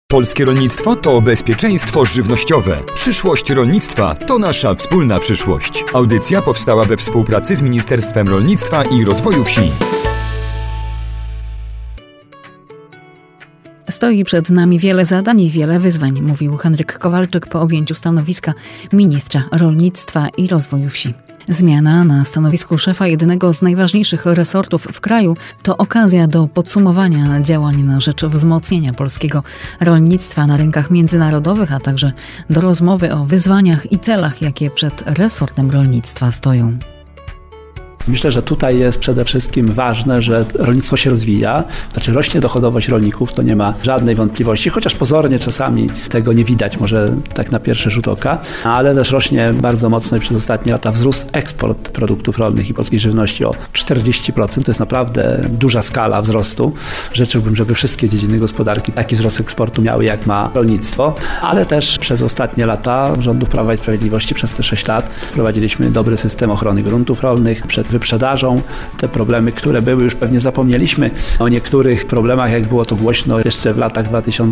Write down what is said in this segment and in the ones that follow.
Polskie rolnictwo to bezpieczeństwo żywnościowe. Przyszłość rolnictwa to nasza wspólna przyszłość. Audycja powstała we współpracy z Ministerstwem Rolnictwa i Rozwoju Wsi. Stoi przed nami wiele zadań i wiele wyzwań, mówił Henryk Kowalczyk po objęciu stanowiska ministra rolnictwa i rozwoju wsi. Zmiana na stanowisku szefa jednego z najważniejszych resortów w kraju to okazja do podsumowania działań na rzecz wzmocnienia polskiego rolnictwa na rynkach międzynarodowych, a także do rozmowy o wyzwaniach i celach, jakie przed resortem rolnictwa stoją. Myślę, że tutaj jest przede wszystkim ważne, że rolnictwo się rozwija, znaczy rośnie dochodowość rolników, to nie ma żadnej wątpliwości, chociaż pozornie czasami tego nie widać, może tak na pierwszy rzut oka, ale też rośnie bardzo mocno i przez ostatnie lata wzrósł eksport produktów rolnych i polskiej żywności o 40%. To jest naprawdę duża skala wzrostu. Życzyłbym, żeby wszystkie dziedziny gospodarki taki wzrost eksportu miały, jak ma rolnictwo, ale też przez ostatnie lata rządów Prawa i Sprawiedliwości, przez te 6 lat prowadziliśmy dobry system ochrony gruntów rolnych przed wyprzedażą. Te problemy, które były, już pewnie zapomnieliśmy o niektórych problemach, jak było to głośno jeszcze w latach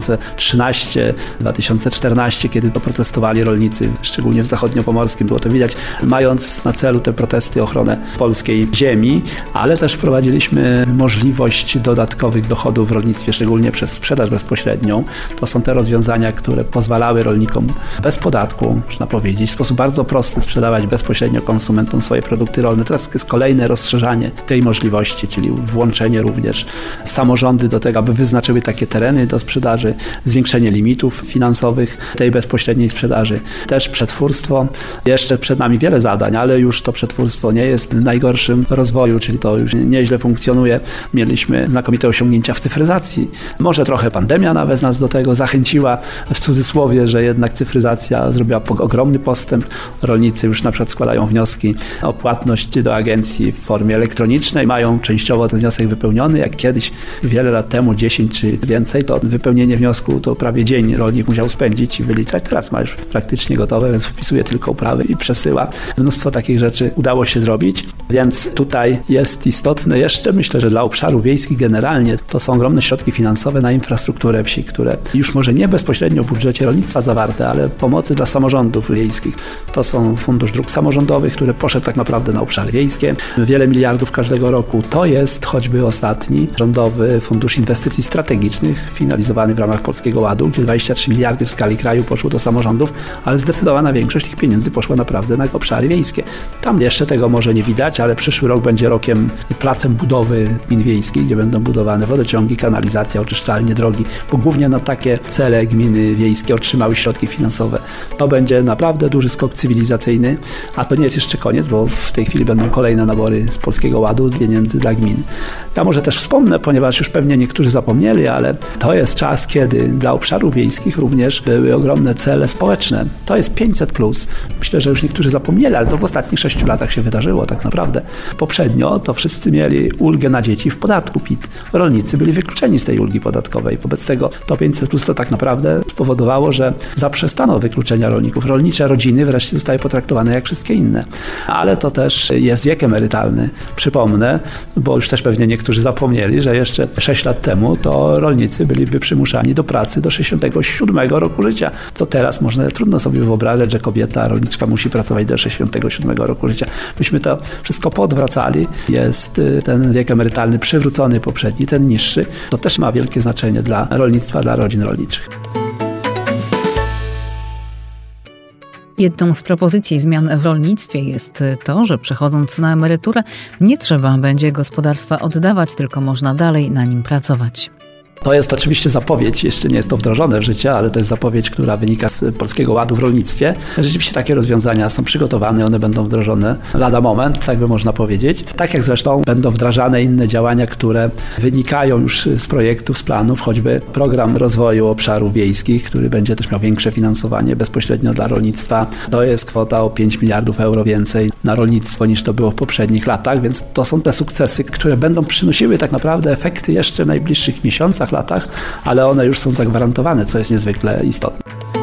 2013-2014, kiedy to protestowali rolnicy, szczególnie w zachodniopomorskim, było to widać, mając na celu te protesty ochronę polskiej ziemi, ale też wprowadziliśmy możliwość dodatkowych dochodów w rolnictwie, szczególnie przez sprzedaż bezpośrednią. To są te rozwiązania, które pozwalały rolnikom bez podatku, można powiedzieć, w sposób bardzo prosty sprzedawać bezpośrednio konsumentom swoje produkty rolne. Teraz jest kolejne rozszerzanie tej możliwości, czyli włączenie również samorządy do tego, aby wyznaczyły takie tereny do sprzedaży, zwiększenie limitów finansowych tej bezpośredniej sprzedaży. Też przetwórstwo. Jeszcze przed nami wiele zadań, ale już to przetwórstwo nie jest w najgorszym rozwoju, czyli to już nieźle funkcjonuje. Mieliśmy znakomite osiągnięcia w cyfryzacji. Może trochę pandemia nawet nas do tego zachęciła, w cudzysłowie, że jednak cyfryzacja zrobiła ogromny postęp. Rolnicy już na przykład składają wnioski o płatność do agencji w formie elektronicznej, mają częściowo ten wniosek wypełniony, jak kiedyś wiele lat temu, 10 czy więcej, to wypełnienie wniosku to prawie dzień rolnik musiał spędzić i wyliczać. Teraz ma już praktycznie gotowe, więc wpisuje tylko uprawy i przesyła. Mnóstwo takich rzeczy udało się zrobić, więc tutaj jest istotne jeszcze, myślę, że dla obszarów wiejskich generalnie to są ogromne środki finansowe na infrastrukturę wsi, które już może nie bezpośrednio w budżecie rolnictwa zawarte, ale pomocy dla samorządów wiejskich. To są Fundusz Dróg Samorządowych, który poszedł tak naprawdę na obszary wiejskie. Wiele miliardów każdego roku. To jest choćby ostatni rządowy Fundusz Inwestycji Strategicznych finalizowany w ramach Polskiego Ładu, gdzie 23 miliardy w skali kraju poszło do samorządów, ale zdecydowana większość tych pieniędzy poszła naprawdę na obszary wiejskie. Tam jeszcze tego może nie widać, ale przyszły rok będzie rokiem placem budowy gmin wiejskich, gdzie będą budowane wodociągi, kanalizacja, oczyszczalnie, drogi, bo głównie na takie cele gminy wiejskie otrzymały środki finansowe. To będzie naprawdę duży skok cywilizacyjny, a to nie jest jeszcze koniec, bo w tej chwili będą kolejne nabory z Polskiego Ładu pieniędzy dla gmin. Ja może też wspomnę, ponieważ już pewnie niektórzy zapomnieli, ale to jest czas, kiedy dla obszarów wiejskich również były ogromne cele społeczne. To jest 500+. Myślę, że już niektórzy zapomnieli, ale to w ostatnich 6 latach się wydarzyło tak naprawdę. Poprzednio to wszyscy mieli ulgę na dzieci w podatku PIT. Rolnicy byli wykluczeni z tej ulgi podatkowej. Wobec tego to 500+ to tak naprawdę spowodowało, że zaprzestano wykluczenia rolników. Rolnicze rodziny wreszcie zostały potraktowane jak wszystkie inne. Ale to też jest wiek emerytalny. Przypomnę, bo już też pewnie niektórzy zapomnieli, że jeszcze 6 lat temu to rolnicy byliby przymuszani do pracy do 67 roku życia. To teraz trudno sobie wyobrazić, że kobieta rolniczka musi pracować do 67 roku życia. Myśmy to wszystko podwracali. Jest ten wiek emerytalny przywrócony poprzedni, ten niższy. To też ma wielkie znaczenie dla rolnictwa, dla rodzin rolniczych. Jedną z propozycji zmian w rolnictwie jest to, że przechodząc na emeryturę nie trzeba będzie gospodarstwa oddawać, tylko można dalej na nim pracować. To jest oczywiście zapowiedź, jeszcze nie jest to wdrożone w życie, ale to jest zapowiedź, która wynika z Polskiego Ładu w rolnictwie. Rzeczywiście takie rozwiązania są przygotowane, one będą wdrożone lada moment, tak by można powiedzieć. Tak jak zresztą będą wdrażane inne działania, które wynikają już z projektów, z planów, choćby program rozwoju obszarów wiejskich, który będzie też miał większe finansowanie bezpośrednio dla rolnictwa. To jest kwota o 5 miliardów euro więcej na rolnictwo niż to było w poprzednich latach, więc to są te sukcesy, które będą przynosiły tak naprawdę efekty jeszcze w najbliższych miesiącach, latach, ale one już są zagwarantowane, co jest niezwykle istotne.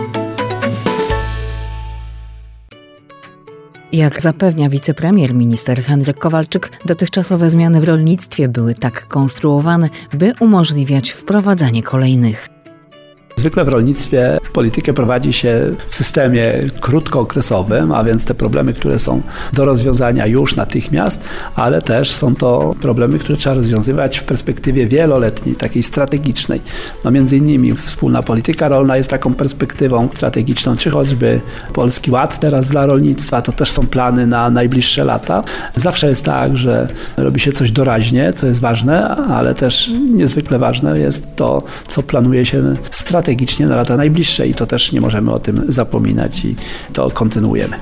Jak zapewnia wicepremier minister Henryk Kowalczyk, dotychczasowe zmiany w rolnictwie były tak konstruowane, by umożliwiać wprowadzanie kolejnych. Zwykle w rolnictwie politykę prowadzi się w systemie krótkookresowym, a więc te problemy, które są do rozwiązania już natychmiast, ale też są to problemy, które trzeba rozwiązywać w perspektywie wieloletniej, takiej strategicznej. Między innymi wspólna polityka rolna jest taką perspektywą strategiczną, czy choćby Polski Ład teraz dla rolnictwa, to też są plany na najbliższe lata. Zawsze jest tak, że robi się coś doraźnie, co jest ważne, ale też niezwykle ważne jest to, co planuje się strategicznie na lata najbliższe i to też nie możemy o tym zapominać i to kontynuujemy.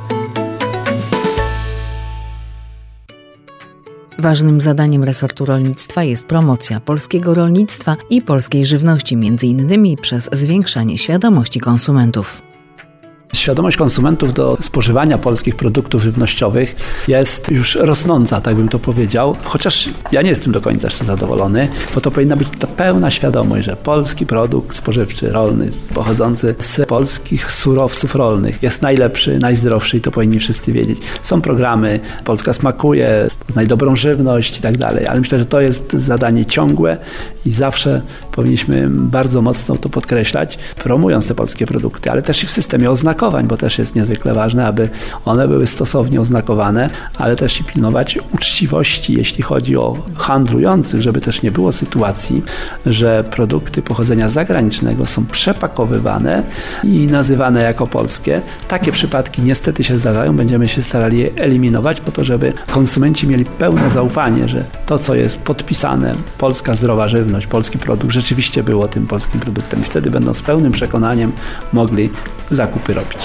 Ważnym zadaniem resortu rolnictwa jest promocja polskiego rolnictwa i polskiej żywności, m.in. przez zwiększanie świadomości konsumentów. Świadomość konsumentów do spożywania polskich produktów żywnościowych jest już rosnąca, tak bym to powiedział, chociaż ja nie jestem do końca jeszcze zadowolony, bo to powinna być ta pełna świadomość, że polski produkt spożywczy, rolny, pochodzący z polskich surowców rolnych jest najlepszy, najzdrowszy i to powinni wszyscy wiedzieć. Są programy Polska smakuje, Poznaj dobrą żywność i tak dalej, ale myślę, że to jest zadanie ciągłe i zawsze powinniśmy bardzo mocno to podkreślać, promując te polskie produkty, ale też i w systemie oznakowań, bo też jest niezwykle ważne, aby one były stosownie oznakowane, ale też i pilnować uczciwości, jeśli chodzi o handlujących, żeby też nie było sytuacji, że produkty pochodzenia zagranicznego są przepakowywane i nazywane jako polskie. Takie przypadki niestety się zdarzają, będziemy się starali je eliminować po to, żeby konsumenci mieli pełne zaufanie, że to, co jest podpisane, polska zdrowa żywność, polski produkt, rzeczywiście było tym polskim produktem i wtedy będą z pełnym przekonaniem mogli zakupy robić.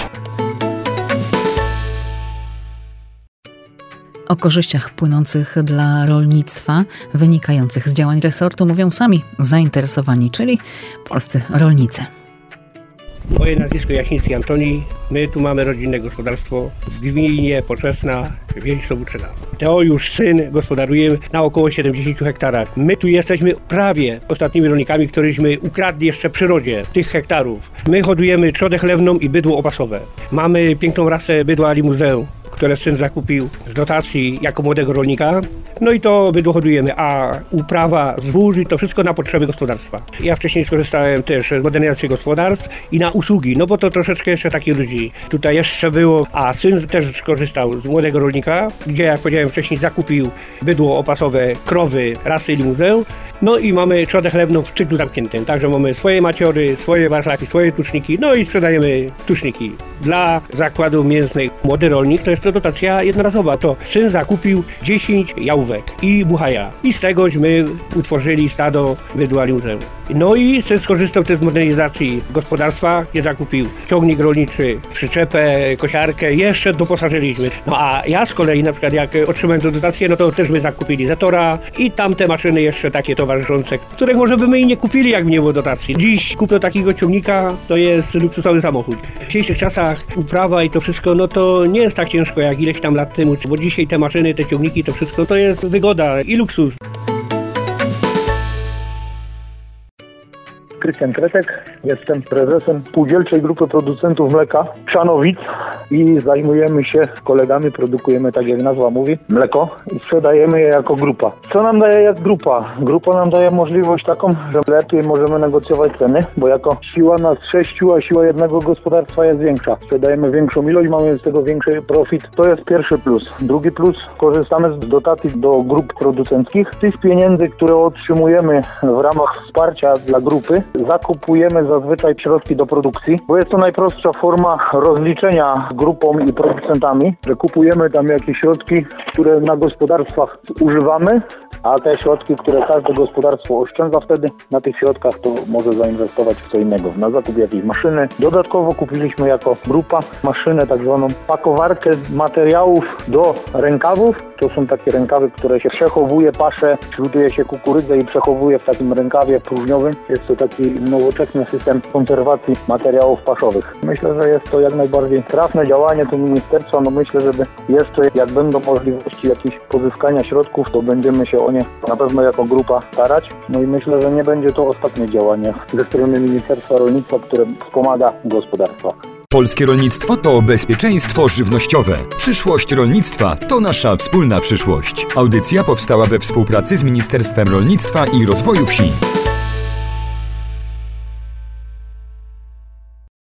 O korzyściach płynących dla rolnictwa, wynikających z działań resortu mówią sami zainteresowani, czyli polscy rolnicy. Moje nazwisko Jaśnicki Antoni. My tu mamy rodzinne gospodarstwo w gminie Poczesna, wieś Sobuczyna. Już syn gospodaruje na około 70 hektarach. My tu jesteśmy prawie ostatnimi rolnikami, któryśmy ukradli jeszcze przyrodzie tych hektarów. My hodujemy trzodę chlewną i bydło opasowe. Mamy piękną rasę bydła limuzę, które syn zakupił z dotacji jako młodego rolnika. No i to bydło hodujemy, a uprawa zbóż i to wszystko na potrzeby gospodarstwa. Ja wcześniej skorzystałem też z modernizacji gospodarstw i na usługi, no bo to troszeczkę jeszcze takich ludzi tutaj jeszcze było, a syn też skorzystał z młodego rolnika, gdzie jak powiedziałem wcześniej zakupił bydło opasowe, krowy, rasy limuzę. No i mamy trzodę chlewną w cyklu zamkniętym, także mamy swoje maciory, swoje warszlaki, swoje tuczniki, no i sprzedajemy tuczniki dla zakładu mięsnych. Młody rolnik to jest to dotacja jednorazowa, to syn zakupił 10 jałówek i buchaja i z tegośmy utworzyli stado bydła limuzę. No i syn skorzystał też z modernizacji gospodarstwa, gdzie zakupił ciągnik rolniczy, przyczepę, kosiarkę, jeszcze doposażyliśmy. No a ja z kolei na przykład jak otrzymałem tę dotację, no to też my zakupili Zetora i tamte maszyny jeszcze takie towarzyszące, których może by my i nie kupili, jakby nie było dotacji. Dziś kupno takiego ciągnika to jest luksusowy samochód. W dzisiejszych czasach uprawa i to wszystko, no to nie jest tak ciężko jak ileś tam lat temu, bo dzisiaj te maszyny, te ciągniki, to wszystko to jest wygoda i luksus. Krystian Kretek, jestem prezesem Spółdzielczej Grupy Producentów Mleka Chrzanowic i zajmujemy się z kolegami, produkujemy, tak jak nazwa mówi, mleko i sprzedajemy je jako grupa. Co nam daje jak grupa? Grupa nam daje możliwość taką, że lepiej możemy negocjować ceny, bo jako siła nas 6, a siła jednego gospodarstwa jest większa. Sprzedajemy większą ilość, mamy z tego większy profit. To jest pierwszy plus. Drugi plus, korzystamy z dotacji do grup producenckich. Tych pieniędzy, które otrzymujemy w ramach wsparcia dla grupy, zakupujemy zazwyczaj środki do produkcji, bo jest to najprostsza forma rozliczenia grupą i producentami, że kupujemy tam jakieś środki, które na gospodarstwach używamy, a te środki, które każde gospodarstwo oszczędza wtedy, na tych środkach to może zainwestować w co innego, na zakup jakiejś maszyny. Dodatkowo kupiliśmy jako grupa maszynę, tak zwaną pakowarkę materiałów do rękawów. To są takie rękawy, które się przechowuje paszę, śrutuje się kukurydzę i przechowuje w takim rękawie próżniowym. Jest to taki nowoczesny system konserwacji materiałów paszowych. Myślę, że jest to jak najbardziej trafne działanie tu ministerstwa. No myślę, żeby jeszcze jak będą możliwości jakieś pozyskania środków, to będziemy się o nie na pewno jako grupa starać. No i myślę, że nie będzie to ostatnie działanie ze strony Ministerstwa Rolnictwa, które wspomaga gospodarstwa. Polskie rolnictwo to bezpieczeństwo żywnościowe. Przyszłość rolnictwa to nasza wspólna przyszłość. Audycja powstała we współpracy z Ministerstwem Rolnictwa i Rozwoju Wsi.